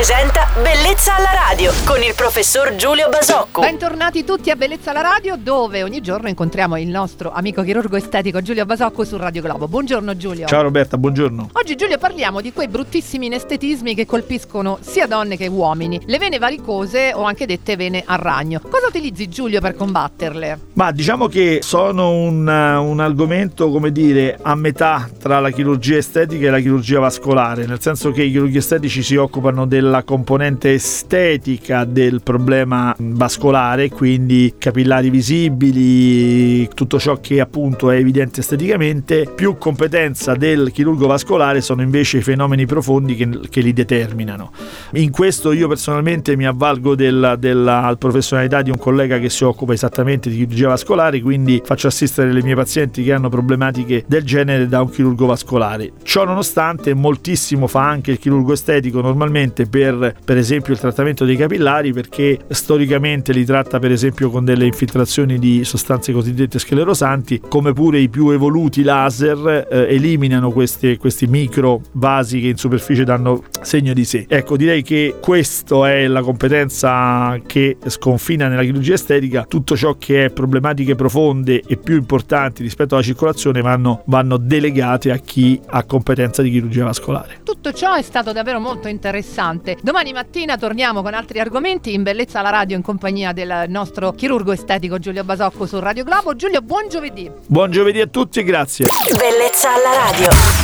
presenta Bellezza alla radio con il professor Giulio Basocco. Bentornati tutti a Bellezza alla radio, dove ogni giorno incontriamo il nostro amico chirurgo estetico Giulio Basocco su Radio Globo. Buongiorno Giulio. Ciao Roberta, buongiorno. Oggi Giulio parliamo di quei bruttissimi inestetismi che colpiscono sia donne che uomini, le vene varicose o anche dette vene a ragno. Cosa utilizzi Giulio per combatterle? Ma diciamo che sono un argomento, come dire, a metà tra la chirurgia estetica e la chirurgia vascolare, nel senso che i chirurghi estetici si occupano della componente estetica del problema vascolare, quindi capillari visibili, tutto ciò che appunto è evidente esteticamente. Più competenza del chirurgo vascolare sono invece i fenomeni profondi che li determinano. In questo io personalmente mi avvalgo della professionalità di un collega che si occupa esattamente di chirurgia vascolare, quindi faccio assistere le mie pazienti che hanno problematiche del genere da un chirurgo vascolare. Ciò nonostante, moltissimo fa anche il chirurgo estetico normalmente per esempio il trattamento dei capillari, perché storicamente li tratta per esempio con delle infiltrazioni di sostanze cosiddette sclerosanti, come pure i più evoluti laser eliminano questi micro vasi che in superficie danno segno di sé. Ecco, direi che questa è la competenza che sconfina nella chirurgia estetica. Tutto ciò che è problematiche profonde e più importanti rispetto alla circolazione vanno delegate a chi ha competenza di chirurgia vascolare. Tutto ciò è stato davvero molto interessante. Domani mattina torniamo con altri argomenti in Bellezza alla radio in compagnia del nostro chirurgo estetico Giulio Basocco su Radio Globo. Giulio, buon giovedì. Buon giovedì a tutti e grazie. Bellezza alla radio.